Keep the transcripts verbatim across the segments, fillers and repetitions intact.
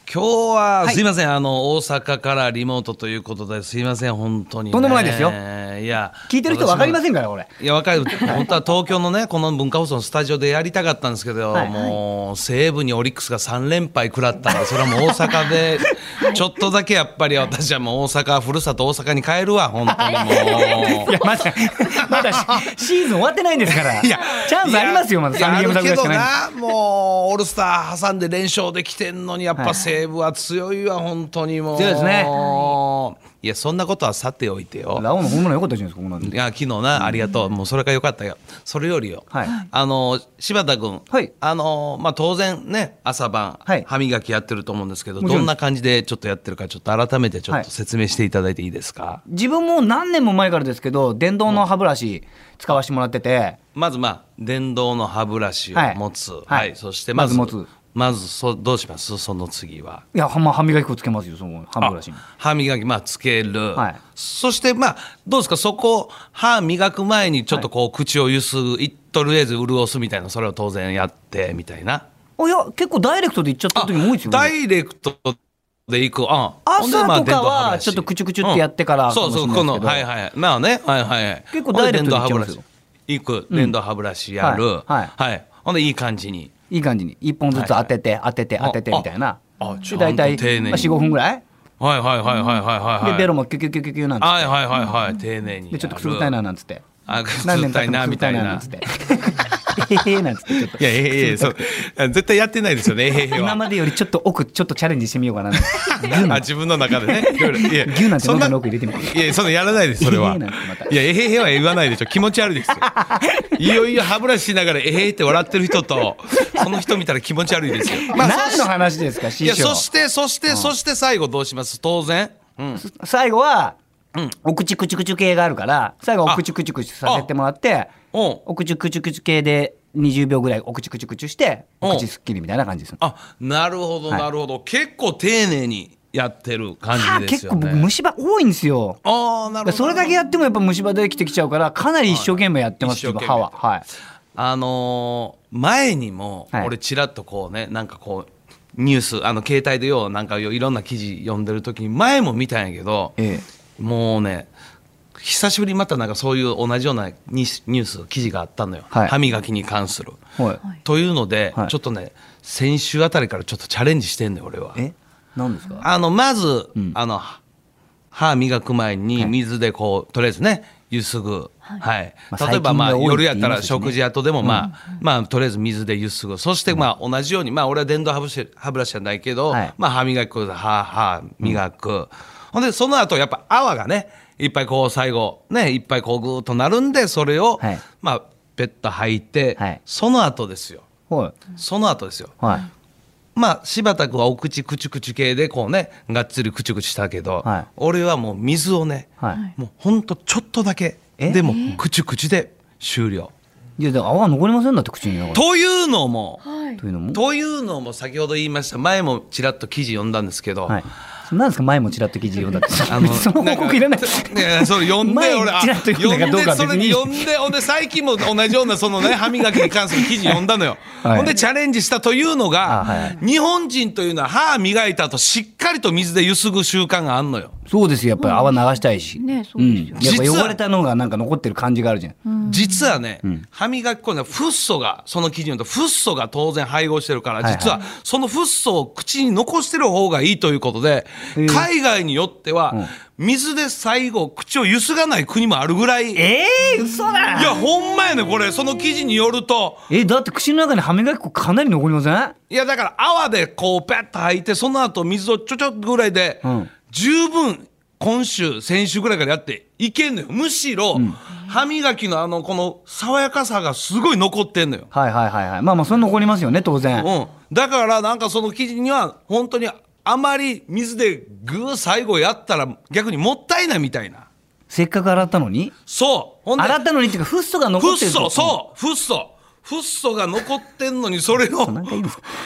今日はすいません、はい、あの大阪からリモートということですいません本当に、ね、 とんでもないですよ。 いや聞いてる人分かりませんから俺。 いや分かる本当は東京のねこの文化放送のスタジオでやりたかったんですけど、はい、もう西武にオリックスがさん連敗食らったんでそれはもう大阪でちょっとだけやっぱり私はもう大阪ふるさと大阪に帰るわ本当にもう。 いやまだまだシーズン終わってないんですから。いやチャンスありますよまださんゲーム差ぐらいしかない。 あるけどなもうオールスター挟んで連勝できてんのにやっぱ西武は強いわ本当にもう。 強いですね。 いやそんなことはさておいてよ。 ラオウのホームラン良かったじゃないですかこんなんで。 いや昨日なありがとうもうそれが良かったよ。それよりよ、はい、あの柴田君、はい、あのまあ当然ね朝晩、はい、歯磨きやってると思うんですけどどんな感じでちょっとやってるかちょっと改めてちょっと説明していただいていいですか。はい、 自分も何年も前からですけど電動の歯ブラシ使わせてもらってて、 まずまあ電動の歯ブラシを持つ、はいはい、そしてまずまず持つまずそどうしますその次は。 いや、まあ、歯磨き粉つけますよその歯ブラシに。 歯磨きまあつける、はい、そしてまあどうですかそこ歯磨く前にちょっとこう、はい、口をゆすぐとりあえず潤すみたいなそれを当然やってみたいな。 いや結構ダイレクトでいっちゃった時も多いですよね。 ダイレクトでいく、あ朝とかはちょっとクチュクチュってやってからかもしれないですけど、うん、そうそうこのはいはいまあねはいはい結構ダイレクトでいっちゃいますよ。 いく電動歯ブラシやる、うん、はいはい、はい、ほんでいい感じにいい感じにいっぽんずつ当てて、はいはい、当てて当ててみたいな。 ああで大体よん、ごふんぐらい。 はいはいはいはいはいはい。 でベロもキュキュキュキュキュなんつって。 はいはいはいはい丁寧に。 でちょっとくすぐったいななんつって。 あくすぐったいなみたいな。 えへへなんつってちょっと。 いやえへへそう絶対やってないですよねえへへは。 今までよりちょっと奥ちょっとチャレンジしてみようかな。 あ自分の中でね。いや牛なんて喉の奥入れてみて。 いやそんなやらないですそれは。いやえへへは言わないでしょ気持ち悪いですよ。いよいよ歯ブラシしながらえへへって笑ってる人とその人見たら気持ち悪いですよ。 まあ何の話ですか師匠。 いやそしてそしてそして最後どうします当然。 最後はお口クチュクチュ系があるから最後お口クチュクチュさせてもらってお口クチュクチュ系でにじゅうびょうぐらいお口クチュクチュしてお口すっきりみたいな感じです。 あなるほどなるほど、はい、結構丁寧にやってる感じですよね。 結構僕虫歯多いんですよ。 あなるほど。 それだけやってもやっぱ虫歯できてきちゃうからかなり一生懸命やってますけど、はい、歯は、はい、 あのー、前にも俺ちらっとこうねなんかこうニュースあの携帯でようなんかいろんな記事読んでる時に前も見たんやけど、ええ、もうね久しぶりにまたなんかそういう同じようなニュース記事があったのよ、はい、歯磨きに関する、はい、というので、はい、ちょっとね先週あたりからちょっとチャレンジしてんのよ俺は。 え何ですか。 あのまず、うん、あの歯磨く前に水でこう、はい、とりあえずねゆすぐ、はいはい、例えばまあ夜やったら食事後でもまあ、うんまあ、とりあえず水でゆすぐそしてまあ同じように、まあ、俺は電動歯ブラシ、歯ブラシじゃないけど、はいまあ、歯磨き粉で歯歯磨く、うん、ほんでその後やっぱ泡がねいっぱいこう最後ねいっぱいこうグーッとなるんでそれを、はいまあ、ペット吐いて、はい、その後ですよ、はい、その後ですよ、はいまあ、柴田君はお口クチュクチュ系でこうねがっつりクチュクチュしたけど、はい、俺はもう水をね、はい、もうほんとちょっとだけでもクチュクチュで終了。 いやだから泡残りませんだって口に。 というのも、 はい、というのもというのも先ほど言いました前もちらっと記事読んだんですけど、はいなんですか前もちらっと記事読んだってあのその報告いらない。いやそれ読んで俺あ読んでそれに読んでほんで最近も同じようなそのね歯磨きに関する記事読んだのよ、はい、ほんでチャレンジしたというのが、はい、日本人というのは歯磨いた後しっかりと水でゆすぐ習慣があんのよ。 そうですよやっぱり泡流したいし、うんねそうですようん、やっぱ汚れたのがなんか残ってる感じがあるじゃん、 うん、実はね、うん、歯磨き粉にはフッ素がその記事によるとフッ素が当然配合してるから実はそのフッ素を口に残してる方がいいということで、はいはい、海外によっては、うん水で最後口をゆすがない国もあるぐらい。 えー、嘘だ。 いやほんまやねこれその記事によると。 えだって口の中に歯磨き粉かなり残りません。 いやだから泡でこうペッと吐いてその後水をちょちょっとぐらいで、うん、十分今週先週ぐらいからやっていけんのよ。むしろ、うん、歯磨きのあのこの爽やかさがすごい残ってんのよ。 はいはいはいはいまあまあそれ残りますよね当然、 うん、だからなんかその記事には本当にあまり水でグー最後やったら逆にもったいないみたいな。 せっかく洗ったのに。 そうほんで洗ったのにっていうかフッ素が残ってる。 フッ素そうフッ素フッ素が残ってんのにそれをフッ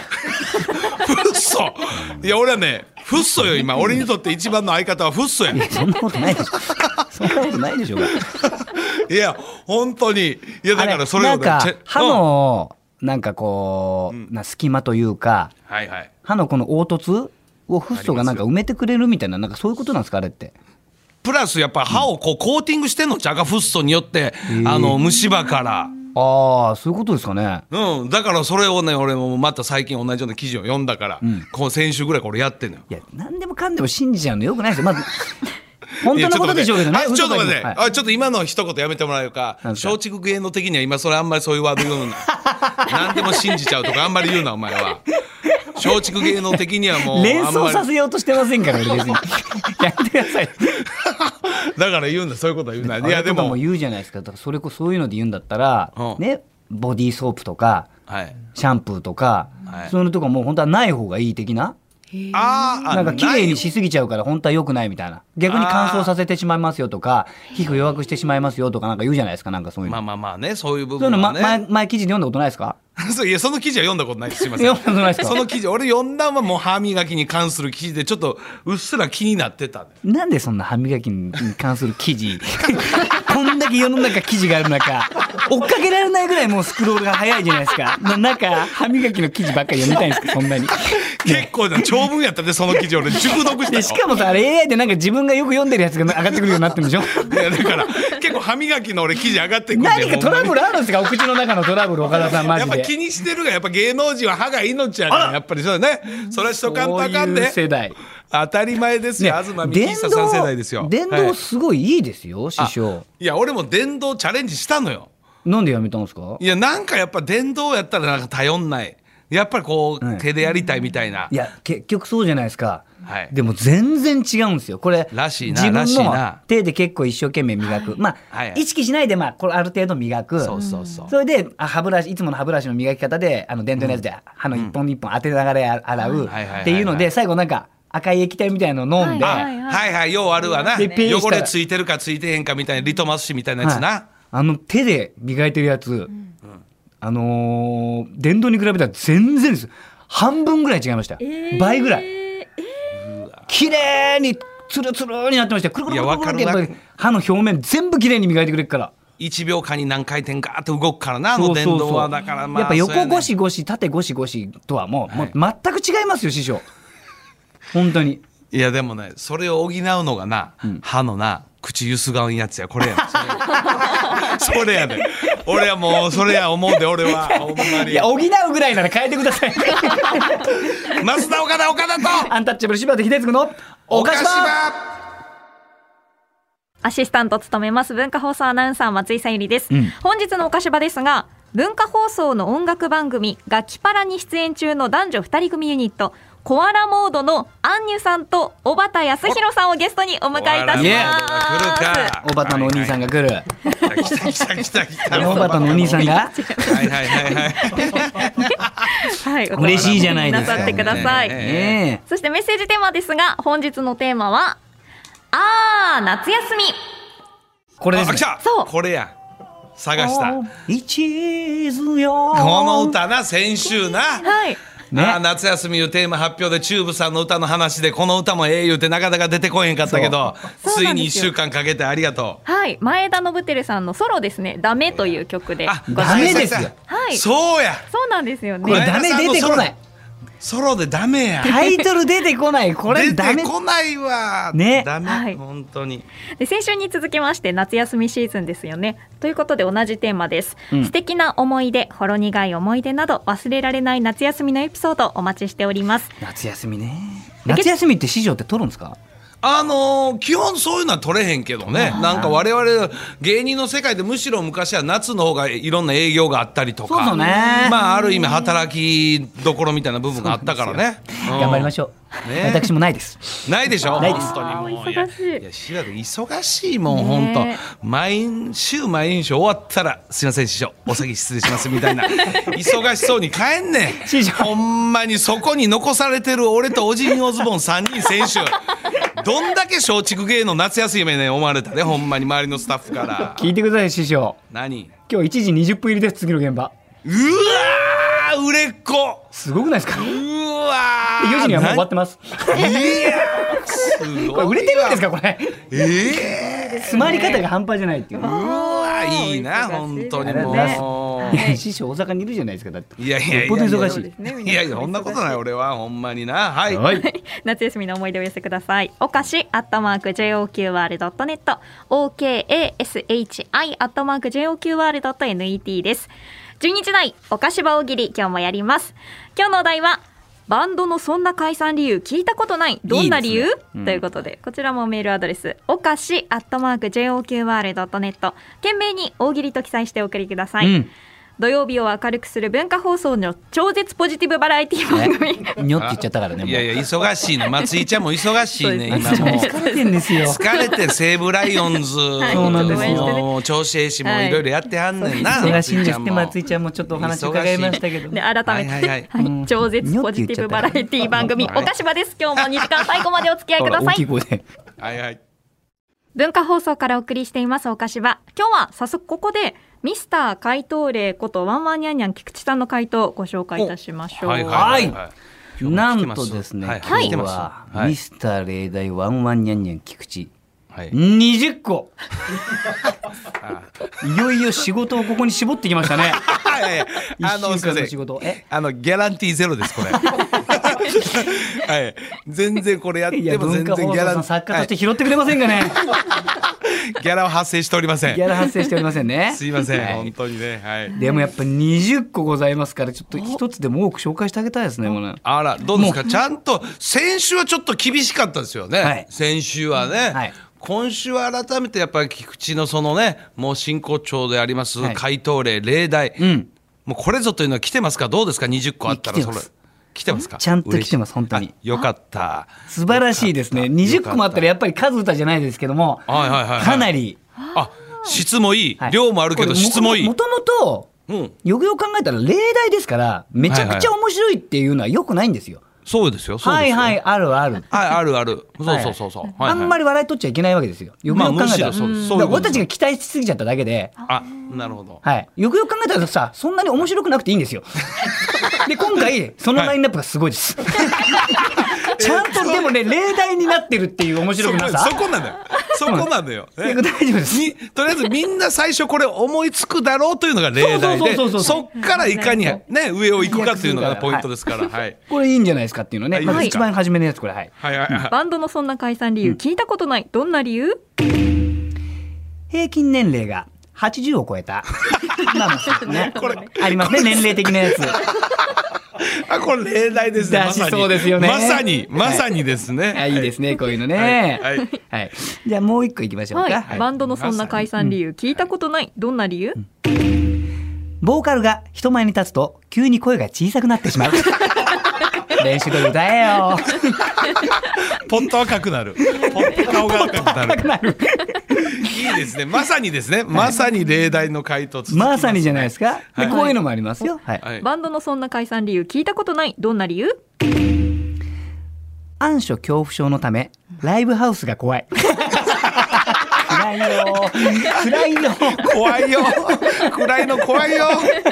素いや俺はねフッ素よ今俺にとって一番の相方はフッ素やねん。 そんなことないでしょそんなことないでしょいや本当にいやだからそれをなんか歯のなんかこう、うん、な隙間というか、 はいはい、 歯のこの凹凸をフッ素がなんか埋めてくれるみたいな、なんかそういうことなんですかあれって。 プラスやっぱ歯をこうコーティングしてんのちゃうか、フッ素によって、あの虫歯から。 ああ、そういうことですかね。 うん、だからそれをね、俺もまた最近同じような記事を読んだから、うん、こう先週ぐらいこれやってんのよ。 いや、何でもかんでも信じちゃうのよくないですよ。まず本当のことでしょうけどね。 ちょっと待って、はい、あちょっと今の一言やめてもらえるか。松竹芸能的には今それあんまりそういうワード言うな。何でも信じちゃうとかあんまり言うなお前は。松竹芸能的にはもう連想させようとしてませんから俺別に。やめてください。 だから言うんだ、そういうことは言うな。 いやでもも言うじゃないですか。だからそれこそそういうので言うんだったら、うん、ね、ボディーソープとか、はい、シャンプーとか、はい、そういうのとかもう本当はない方がいい的な。あなんか綺麗にしすぎちゃうから本当は良くないみたいな、逆に乾燥させてしまいますよとか、皮膚弱くしてしまいますよとかなんか言うじゃないですか。なんかそういうの、 まあまあまあね、そういう部分はね。 そういうの、ま、前, 前記事で読んだことないですか？ いやその記事は読んだことないです。すいません。 読んだことないですか？ その記事俺読んだのはもう歯磨きに関する記事でちょっとうっすら気になってた。 なんでそんな歯磨きに関する記事こんだけ世の中記事がある中追っかけられないぐらいもうスクロールが早いじゃないですか。なんか歯磨きの記事ばっかり読みたいんですかそんなに。 結構な長文やったでその記事俺熟読したよ。 しかもさあれ エーアイ でなんか自分がよく読んでるやつが上がってくるようになってるんでしょ。 いやだから結構歯磨きの俺記事上がってくるんで。 何かトラブルあるんですかお口の中のトラブル。岡田さんマジでやっぱ気にしてるがやっぱ芸能人は歯が命やからやっぱりそうだね。それはしとかんとあかんで。 そういう世代当たり前ですよ、ね、東幹久さん世代ですよ。 電動すごいいいですよ、はい、師匠。 いや俺も電動チャレンジしたのよ。 なんでやめたんですか？ いやなんかやっぱ電動やったらなんか頼んない、やっぱりこう、はい、手でやりたいみたいな。 いや結局そうじゃないですか、はい、でも全然違うんですよこれ。 らしいな、 自分の手で結構一生懸命磨く、はい、まあ、はいはい、意識しないでまあこれある程度磨く。 そうそうそう。 それであ歯ブラシいつもの歯ブラシの磨き方であの電動のやつで歯の一本一本当てながら洗うっていうので最後なんか赤い液体みたいなの飲んで、はいはいはい、はいはい、ようあるわな。汚れついてるかついてへんかみたいなリトマス紙みたいなやつな、はい、あの手で磨いてるやつ、うん、あのー、電動に比べたら全然です。半分ぐらい違いました、えー、倍ぐらい、えー、綺麗にツルツルになってました。くるくるくるくるってやっぱり歯の表面全部綺麗に磨いてくれるから。いちびょうかんに何回転ガーッと動くからなあの電動は。だからまあやっぱ横ゴシゴシ縦ゴシゴシとはもう、はい、もう全く違いますよ師匠本当に。 いやでもねそれを補うのがな、うん、歯のな口ゆすがんやつやこれやそれ, それやで、ね、俺はもうそれや思うで俺はほんまに。 いや補うぐらいなら変えてください増田岡田岡田とアンタッチャブル柴田秀嗣のおかしば。 アシスタントを務めます文化放送アナウンサー松井さゆりです、うん、本日のおかしばですが文化放送の音楽番組ガキパラに出演中の男女ふたり組ユニットコアラモードのアンニュさんと小畑康弘さんをゲストにお迎えいたします。 小畑のお兄さんが来る。 来た来た来た来た。 小畑のお兄さんが。 はいはいはいはい。 はい、 嬉しいじゃないですか。 なさってください。ね、そしてメッセージテーマですが本日のテーマはあー夏休み。 これです、ね。 来た。そう。これや。探した。 一途よ。 この歌な先週な。 はい。 ね、あ夏休みいうテーマ発表でチューブさんの歌の話でこの歌もええ言うてなかなか出てこへんかったけどついにいっしゅうかんかけてありがとう。はい前田信輝さんのソロですねダメという曲で。 あダメですよ、 はい、 そうやそうなんですよね。 これダメ出てこない。 ソロでダメや。 タイトル出てこない。これダメ。 出てこないわ。 ね。 ダメ、 はい、 本当に。 で先週に続きまして夏休みシーズンですよね。ということで同じテーマです、うん、素敵な思い出ほろ苦い思い出など忘れられない夏休みのエピソードお待ちしております。 夏休みね。夏休みって師匠って取るんですか？ あのー、基本そういうのは取れへんけどね。なんか我々芸人の世界でむしろ昔は夏の方がいろんな営業があったりとか、 そうそうね、 まあある意味働きどころみたいな部分があったからね、 うん、頑張りましょう、ね、私もないです。 ないでしょ。 ないです。 本当にもう忙しい。 いや柴田忙しいもん、ね、本当毎週毎日終わったらすいません師匠お先失礼しますみたいな忙しそうに帰んねん。師匠ほんまにそこに残されてる俺とオジンオズボンさんにん選手どんだけ松竹芸の夏休みね思われたねほんまに周りのスタッフから。 聞いてください師匠。 何今日いちじにじゅっぷん入りです。次の現場。 うわー売れっ子すごくないですか？ うわーよじにはもう終わってます。 いやすごいこれ売れてるんですかこれ。 えー、 詰まり方が半端じゃないっていう。 うわいいな本当にもう、 はもいや師匠大阪にいるじゃないですか。だっていやいやいやよっぽど忙しい。 いやいやそんなことない俺はほんまにな。はい、 はい、 夏休みの思い出を寄せてください。おかしアットマーク ジェイオーキューアールドットネット オーケーエーエスエイチアイ アットマーク ジェイオーキューアールドットネット です。じゅうにじ台おかしば大喜利、今日もやります。今日のお題はバンドのそんな解散理由聞いたことない、どんな理由？いいですね、うん、ということでこちらもメールアドレスおかしアットマーク ジェイオーキューアールドットネット 懸命に大喜利と記載してお送りください、うん、土曜日を明るくする文化放送の超絶ポジティブバラエティ番組にょって言っちゃったからね。もういやいや忙しいの、松井ちゃんも忙しいね今も疲れてんですよ。 疲れて西武ライオンズ、 はい、そうなんですよ。 もう調子ええしもいろいろやってはんねんな、 はい、忙しいんですって。松井ちゃんもちょっとお話伺いましたけど、 で改めて、はいはいはいはい、超絶ポジティブバラエティ番組おかしばです。今日もにじかん最後までお付き合いください。大きい声ではいはい、 文化放送からお送りしていますおかしば。今日は早速ここでミスター回答例ことワンワンニャンニャン菊池さんの回答をご紹介いたしましょう。 はいはいはいはい、 なんとですね、はい、今日は、はい、ミスター例題ワンワンニャンニャン菊池、はい、にじゅっこいよいよ仕事をここに絞ってきましたね。 いやいやあのすいません、えあのギャランティーゼロですこれ。はい、全然これやっても全然ギャラ作家として拾ってくれませんかね。 ギャラは発生しておりません。 ギャラ発生しておりませんね。 すいません、はい、本当にね、はい、 でもやっぱにじゅっこございますから、ちょっと一つでも多く紹介してあげたいですね。もうね、 あらどうですか。ちゃんと先週はちょっと厳しかったですよね、はい、先週はね、はい、今週は改めてやっぱり菊池のそのねもう真骨頂であります、はい、回答例例題、うん、もうこれぞというのは来てますか。どうですか。にじゅっこあったらそれ来てますか。 ちゃんと来てます。本当によかった。 素晴らしいですね。にじゅっこもあったらやっぱり数歌じゃないですけども、はいはいはいはい、かなりあ質もいい、はい、量もあるけど質もいい。 もともとよくよく考えたら例題ですからめちゃくちゃ面白いっていうのはよくないんですよ。 そうですよ。そうですよ。 はいはいあるある。 はいあるある。そうそうそうそう。はいはい、 あんまり笑い取っちゃいけないわけですよ。よくよく考えたら。まあ、そうそう俺たちが期待しすぎちゃっただけで。 あなるほど。 はい。よくよく考えたらさそんなに面白くなくていいんですよ。で今回そのラインナップがすごいです。はい、ちゃんとでもね例題になってるっていう面白くなさ。 そこなのよ。そこなのよ。 大丈夫です。 とりあえずみんな最初これ思いつくだろうというのが例題で、そっからいかにね上を行くかっていうのがポイントですから。はい。 これいいんじゃないですかっていうのね。まず一番初めのやつこれはい。 はいはいはい。 バンドのそんな解散理由聞いたことない。どんな理由？ 平均年齢がはちじゅうを超えた。まあねこれありますね年齢的なやつ。 あこれ例題ですね。 だしそうですよね。 まさにまさにですね。 はい、いいですねこういうのね。はい、はいはい、じゃあもう一個いきましょうか。 はい、バンドのそんな解散理由聞いたことない。どんな理由？ うん、ボーカルが人前に立つと急に声が小さくなってしまう。練習で歌えよ。 ポッと赤くなる。ポッと顔が赤くなる。いいですね。まさにですね。まさに例題の回答、ね。 まさにじゃないですか。でこういうのもありますよ。 はいはい、バンドのそんな解散理由聞いたことない。どんな理由？ 暗所恐怖症のためライブハウスが怖い。暗いよ暗いよ怖いよ暗いの怖いよ。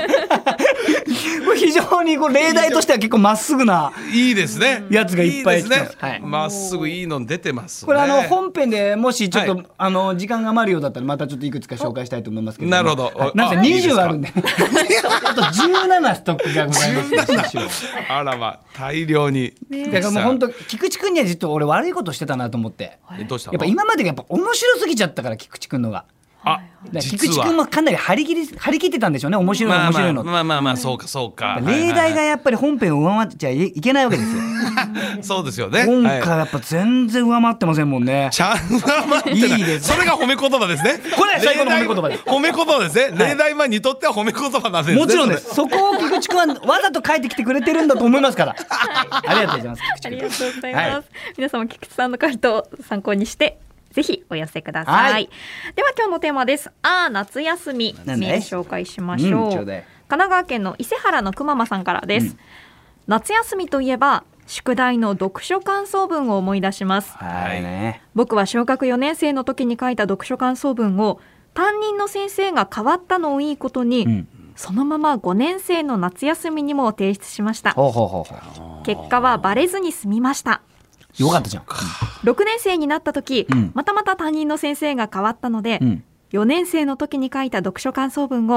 非常にこう例題としては結構まっすぐないいですねやつがいっぱい来てます。 まっすぐいいの出てます、ね、 これあの本編でもしちょっと、はい、あの時間が余るようだったらまたちょっといくつか紹介したいと思いますけど、ね、 なるほど、 はい、なんせにじゅうあるんであとじゅうななストックがございます。 あらま大量に、 ね、だからもう本当菊池君にはちょっと俺悪いことしてたなと思って、 はい、どうしたの？ やっぱ今までがやっぱ面白すぎちゃったから菊池君のが。あ菊池君もかなり張り切り張り切ってたんでしょうね。面白いの面白いの。 まあまあまあまあそうかそうか。 例題がやっぱり本編を上回っちゃいけないわけですよ。 そうですよね。 今回やっぱ全然上回ってませんもんね。 ちゃん上回ってない。いいです。それが褒め言葉ですね。 これは最後の褒め言葉です。 褒め言葉ですね。例題前にとっては褒め言葉なんですね。 もちろんです。そこを菊池君はわざと書いてきてくれてるんだと思いますから。ありがとうございます。 ありがとうございます。皆様菊池さんの回答を参考にしてぜひお寄せください、はい、では今日のテーマです。あー夏休みメール紹介しましょう、うん、神奈川県の伊勢原のくままさんからです、うん、夏休みといえば宿題の読書感想文を思い出します、はいね、僕は小学よねん生の時に書いた読書感想文を担任の先生が変わったのをいいことに、うん、そのままごねん生の夏休みにも提出しました。ほうほうほうほう。結果はバレずに済みました。 よかったじゃん。 ろくねん生になった時、うん、またまた担任の先生が変わったので、うん、よねん生の時に書いた読書感想文を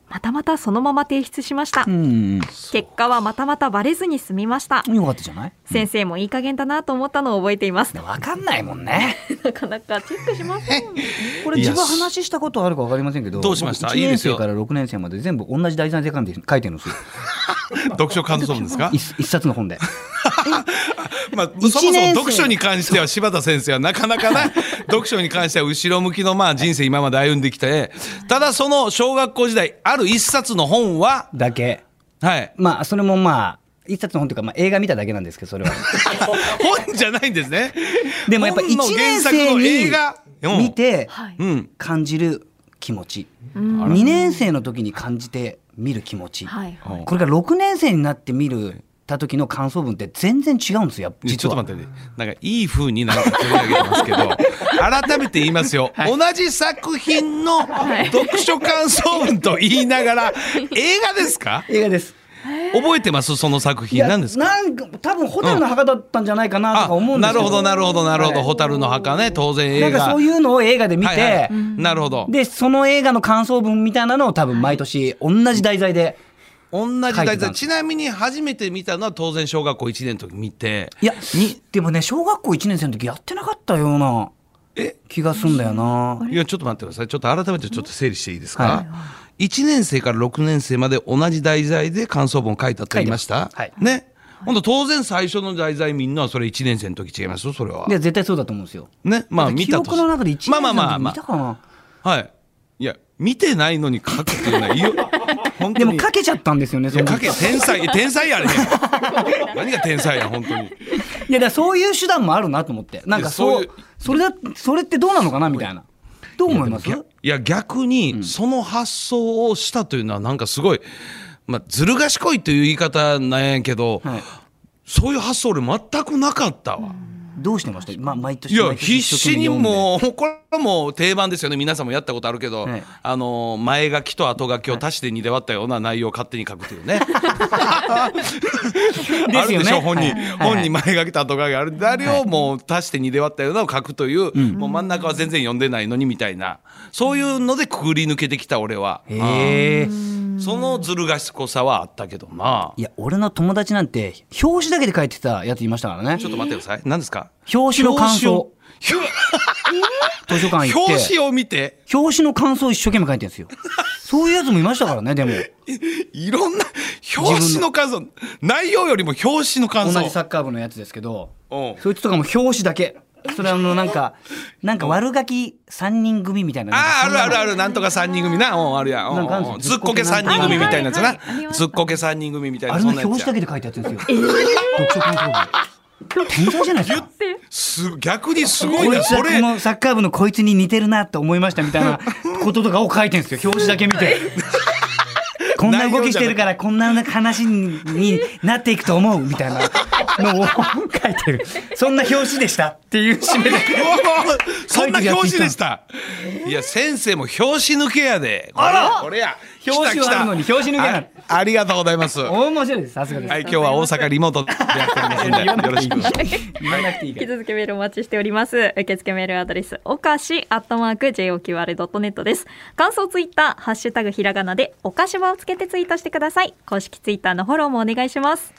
またまたそのまま提出しました。 うん、 結果はまたまたバレずに済みました。 よかったじゃない。 先生もいい加減だなと思ったのを覚えています。 わかんないもんねなかなかチェックしません。 これ自分話したことあるか分かりませんけど、 どうしました。 いちねん生からろくねん生まで全部同じ題材で書いてるんですよ読書感想文ですか。 一, 一冊の本でまあ、そもそも読書に関しては柴田先生はなかなかな読書に関しては後ろ向きのまあ人生今まで歩んできて、ただその小学校時代ある一冊の本はだけ、 はい、 まあそれもまあ一冊の本というか、まあ、映画見ただけなんですけど、それは本じゃないんですね。 でもやっぱいちねん生に見て感じる気持ち、うん、にねん生の時に感じて見る気持ち、はいはい、これがろくねん生になって見るた時の感想文って全然違うんですよ。実はちょっと待ってね、なんかいい風になんか取り上げてますけど改めて言いますよ、はい、同じ作品の読書感想文と言いながら映画ですか。 映画です。 覚えてますその作品なんですか。 なんか多分ホタルの墓だったんじゃないかなとか思うんですけど、 うん、なるほどなるほどなるほど、はい、ホタルの墓ね、当然映画なんかそういうのを映画で見て、はいはい、 なるほど。 でその映画の感想文みたいなのを多分毎年同じ題材で同じ題材。ちなみに初めて見たのは当然小学校いちねんの時見て、 いやにでもね小学校いちねん生の時やってなかったような気がするんだよな。 いやちょっと待ってください、ちょっと改めてちょっと整理していいですか、はい、いちねん生からろくねん生まで同じ題材で感想文を書いたと言いました、はい、ね。ほんと当然最初の題材みんなはそれいちねん生の時違いますよそれは。 いや絶対そうだと思うんですよね。まあ見たと記憶の中でいちねん生の時見たかな、まあまあまあ、はい。いや見てないのに書くっていうのはいいよ本当に。 でも書けちゃったんですよね。 その書け天才天才やね何が天才や本当に。 いやだからそういう手段もあるなと思って、なんかそう、それだそれってどうなのかなみたいな。どう思います？ いや、いや逆にその発想をしたというのはなんかすごい、まあ、ずる賢いという言い方なんやけど、はい、そういう発想俺全くなかったわ。 どうしてました、ま、毎年いや必死にもうこれはもう定番ですよね。皆さんもやったことあるけど、はい、あの前書きと後書きを足してにで割ったような内容を勝手に書くというねあるでしょ本に、はい、本に前書きと後書きある、あれをもう足してにで割ったようなを書くという、はい、もう真ん中は全然読んでないのにみたいな、そういうのでくぐり抜けてきた俺は。へー、そのずる賢さはあったけどな。 いや俺の友達なんて表紙だけで書いてたやついましたからね。 ちょっと待ってください、何ですか。 表紙の感想図書館行って表紙を見て表紙の感想を一生懸命書いてるんですよそういうやつもいましたからね。でもいろんな表紙の感想、内容よりも表紙の感想。 同じサッカー部のやつですけど、そいつとかも表紙だけ、それはあのなんかなんか悪ガキさんにん組みたいな、 あああるあるある、なんとかさんにん組な、うんあるやん、ずっこけさんにん組みたいなやつな、ずっこけさんにん組みたいな、 あれの表紙だけで書いてやってるんですよ、読書感想文。天才じゃないですか。 す逆にすごいな。 それサッカー部のこいつに似てるなって思いましたみたいなこととかを書いてるんですよ表紙だけ見てこんな動きしてるからこんな話になっていくと思うみたいなのを書いてる。そんな表紙でしたっていう締めでそんな表紙でした。いや先生も表紙抜けやで。 あらこれや表紙はあるのに表紙抜けなあ, ありがとうございます。 面白いです。さすがです。 はい、今日は大阪リモートでやっておりますのでよろしく。 言わなくていいから。引き続きメールお待ちしております。受付メールアドレスおかしアットマーク ジェイオーキューアールドットネット です。感想ツイッターハッシュタグひらがなでおかしばをつけてツイートしてください。公式ツイッターのフォローもお願いします。